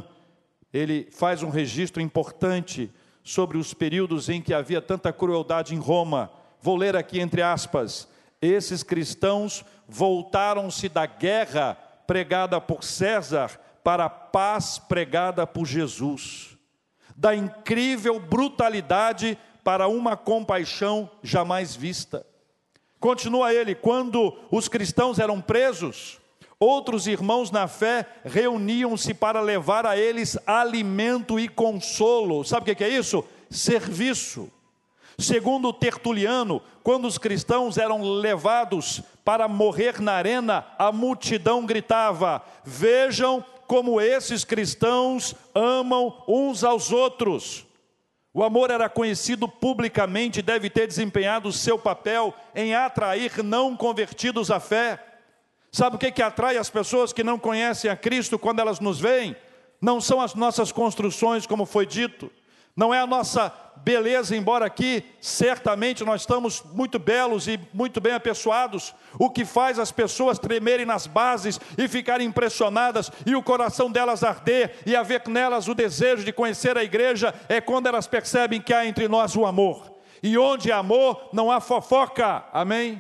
ele faz um registro importante sobre os períodos em que havia tanta crueldade em Roma. Vou ler aqui entre aspas. Esses cristãos voltaram-se da guerra pregada por César para a paz pregada por Jesus, da incrível brutalidade para uma compaixão jamais vista. Continua ele, quando os cristãos eram presos, outros irmãos na fé reuniam-se para levar a eles alimento e consolo. Sabe o que é isso? Serviço. Segundo Tertuliano, quando os cristãos eram levados para morrer na arena, a multidão gritava: vejam como esses cristãos amam uns aos outros. O amor era conhecido publicamente e deve ter desempenhado o seu papel em atrair não convertidos à fé. Sabe o que atrai as pessoas que não conhecem a Cristo quando elas nos veem? Não são as nossas construções, como foi dito. Não é a nossa beleza, embora aqui certamente nós estamos muito belos e muito bem apessoados. O que faz as pessoas tremerem nas bases e ficarem impressionadas e o coração delas arder e haver nelas o desejo de conhecer a igreja é quando elas percebem que há entre nós o amor. E onde há amor, não há fofoca. Amém?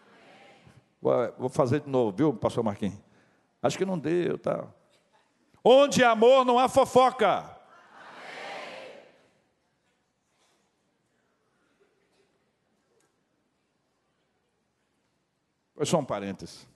Vou fazer de novo, viu, pastor Marquinhos? Acho que não deu, tá? Onde há amor, não há fofoca. Foi só um parênteses.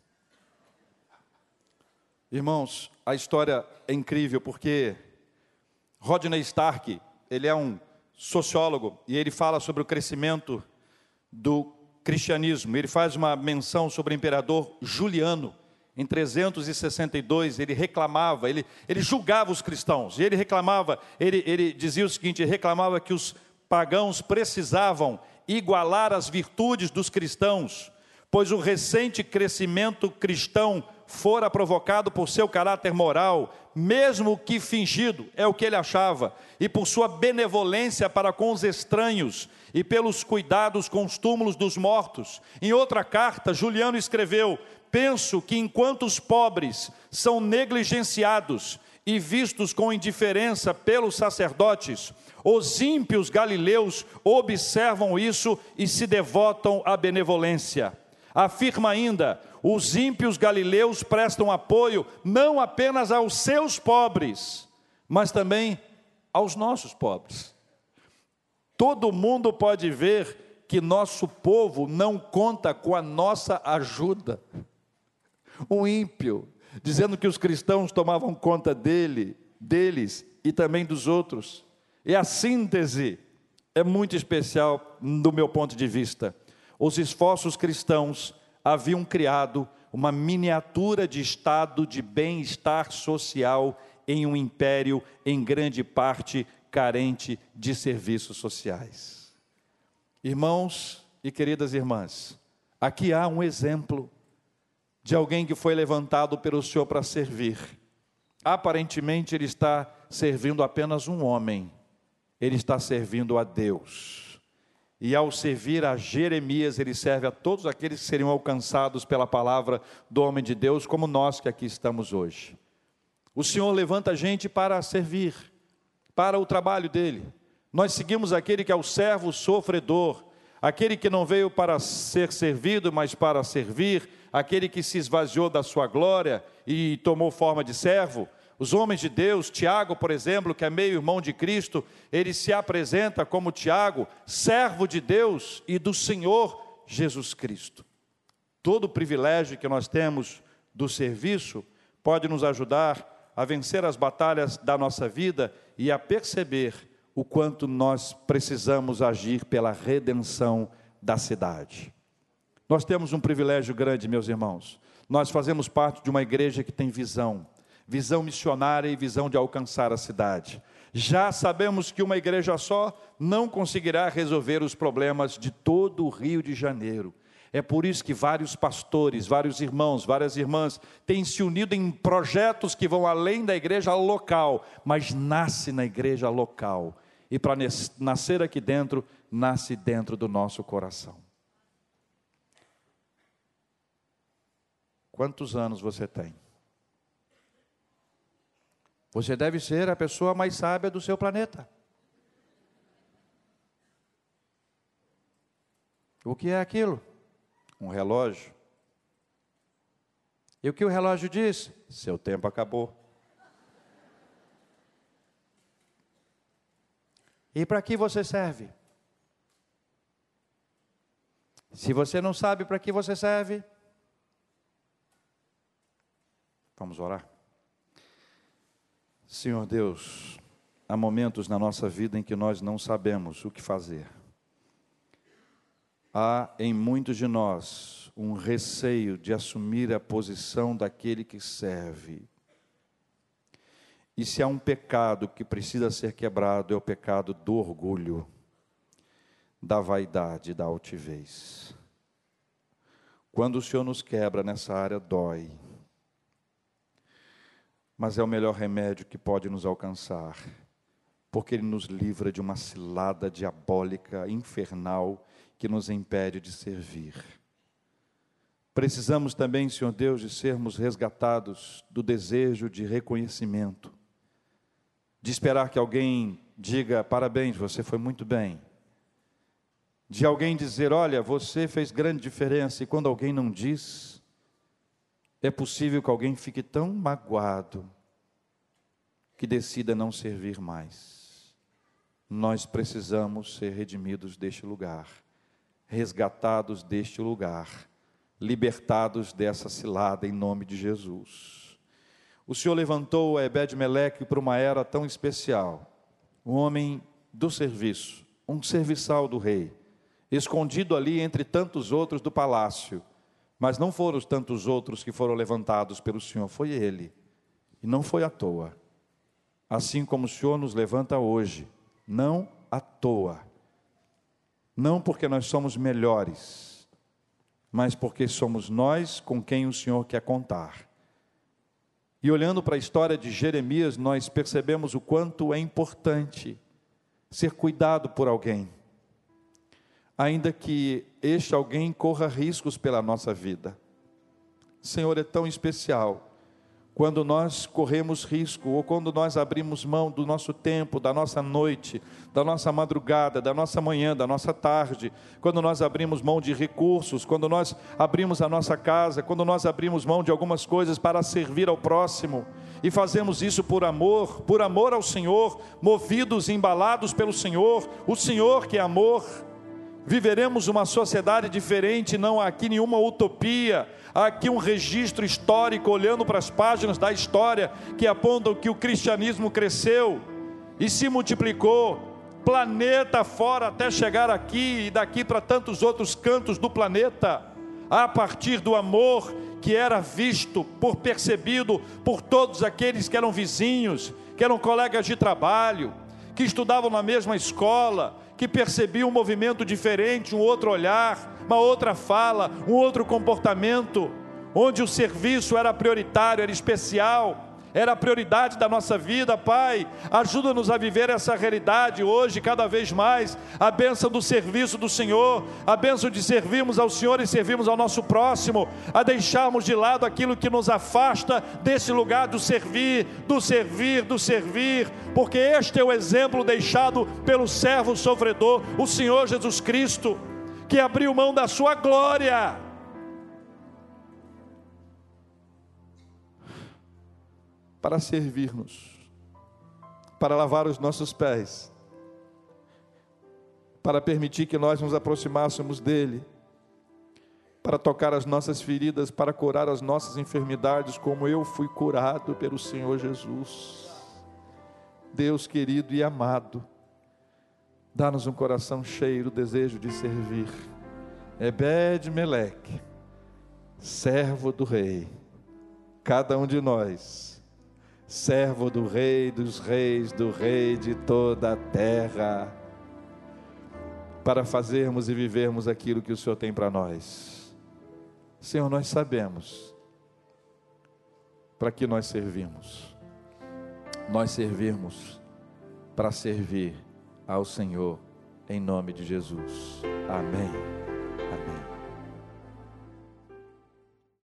Irmãos, a história é incrível porque Rodney Stark, ele é um sociólogo e ele fala sobre o crescimento do cristianismo. Ele faz uma menção sobre o imperador Juliano. Em 362 ele reclamava, ele julgava os cristãos. E ele reclamava, ele dizia o seguinte, ele reclamava que os pagãos precisavam igualar as virtudes dos cristãos, pois o recente crescimento cristão fora provocado por seu caráter moral, mesmo que fingido, é o que ele achava, e por sua benevolência para com os estranhos, e pelos cuidados com os túmulos dos mortos. Em outra carta, Juliano escreveu: penso que enquanto os pobres são negligenciados e vistos com indiferença pelos sacerdotes, os ímpios galileus observam isso e se devotam à benevolência. Afirma ainda, os ímpios galileus prestam apoio não apenas aos seus pobres, mas também aos nossos pobres. Todo mundo pode ver que nosso povo não conta com a nossa ajuda. Um ímpio, dizendo que os cristãos tomavam conta dele, deles e também dos outros. E a síntese é muito especial do meu ponto de vista. Os esforços cristãos haviam criado uma miniatura de estado de bem-estar social em um império, em grande parte, carente de serviços sociais. Irmãos e queridas irmãs, aqui há um exemplo de alguém que foi levantado pelo Senhor para servir. Aparentemente ele está servindo apenas um homem, ele está servindo a Deus. E ao servir a Jeremias, ele serve a todos aqueles que seriam alcançados pela palavra do homem de Deus, como nós que aqui estamos hoje. O Senhor levanta a gente para servir, para o trabalho dele. Nós seguimos aquele que é o servo sofredor, aquele que não veio para ser servido, mas para servir, aquele que se esvaziou da sua glória e tomou forma de servo. Os homens de Deus, Tiago, por exemplo, que é meio irmão de Cristo, ele se apresenta como Tiago, servo de Deus e do Senhor Jesus Cristo. Todo o privilégio que nós temos do serviço pode nos ajudar a vencer as batalhas da nossa vida e a perceber o quanto nós precisamos agir pela redenção da cidade. Nós temos um privilégio grande, meus irmãos. Nós fazemos parte de uma igreja que tem visão missionária e visão de alcançar a cidade. Já sabemos que uma igreja só não conseguirá resolver os problemas de todo o Rio de Janeiro. É por isso que vários pastores, vários irmãos, várias irmãs têm se unido em projetos que vão além da igreja local, mas nasce na igreja local. E para nascer aqui dentro, nasce dentro do nosso coração. Quantos anos você tem? Você deve ser a pessoa mais sábia do seu planeta. O que é aquilo? Um relógio. E o que o relógio diz? Seu tempo acabou. E para que você serve? Se você não sabe para que você serve, vamos orar. Senhor Deus, há momentos na nossa vida em que nós não sabemos o que fazer. Há em muitos de nós um receio de assumir a posição daquele que serve. E se há um pecado que precisa ser quebrado, é o pecado do orgulho, da vaidade, da altivez. Quando o Senhor nos quebra nessa área, dói. Mas é o melhor remédio que pode nos alcançar, porque Ele nos livra de uma cilada diabólica, infernal, que nos impede de servir. Precisamos também, Senhor Deus, de sermos resgatados do desejo de reconhecimento, de esperar que alguém diga, parabéns, você foi muito bem, de alguém dizer, olha, você fez grande diferença, e quando alguém não diz, é possível que alguém fique tão magoado que decida não servir mais. Nós precisamos ser redimidos deste lugar, resgatados deste lugar, libertados dessa cilada em nome de Jesus. O Senhor levantou Ebed-Meleque para uma era tão especial, um homem do serviço, um serviçal do rei, escondido ali entre tantos outros do palácio. Mas não foram os tantos outros que foram levantados pelo Senhor, foi Ele. E não foi à toa. Assim como o Senhor nos levanta hoje, não à toa. Não porque nós somos melhores, mas porque somos nós com quem o Senhor quer contar. E olhando para a história de Jeremias, nós percebemos o quanto é importante ser cuidado por alguém, ainda que este alguém corra riscos pela nossa vida. Senhor, é tão especial quando nós corremos risco, ou quando nós abrimos mão do nosso tempo, da nossa noite, da nossa madrugada, da nossa manhã, da nossa tarde, quando nós abrimos mão de recursos, quando nós abrimos a nossa casa, quando nós abrimos mão de algumas coisas para servir ao próximo, e fazemos isso por amor ao Senhor, movidos e embalados pelo Senhor, o Senhor que é amor. Viveremos uma sociedade diferente, não há aqui nenhuma utopia, há aqui um registro histórico, olhando para as páginas da história, que apontam que o cristianismo cresceu e se multiplicou, planeta fora, até chegar aqui e daqui para tantos outros cantos do planeta, a partir do amor que era visto, percebido por todos aqueles que eram vizinhos, que eram colegas de trabalho, que estudavam na mesma escola, que percebiam um movimento diferente, um outro olhar, uma outra fala, um outro comportamento, onde o serviço era prioritário, era especial, era a prioridade da nossa vida. Pai, ajuda-nos a viver essa realidade hoje, cada vez mais, a bênção do serviço do Senhor, a bênção de servirmos ao Senhor e servirmos ao nosso próximo, a deixarmos de lado aquilo que nos afasta desse lugar do servir, porque este é o exemplo deixado pelo servo sofredor, o Senhor Jesus Cristo, que abriu mão da sua glória, para servir-nos, para lavar os nossos pés, para permitir que nós nos aproximássemos dEle, para tocar as nossas feridas, para curar as nossas enfermidades, como eu fui curado pelo Senhor Jesus. Deus querido e amado, dá-nos um coração cheio do desejo de servir. Ebed-Meleque, servo do Rei, cada um de nós, servo do Rei dos Reis, do Rei de toda a terra, para fazermos e vivermos aquilo que o Senhor tem para nós. Senhor, nós sabemos para que nós servimos. Nós servimos para servir ao Senhor, em nome de Jesus. Amém.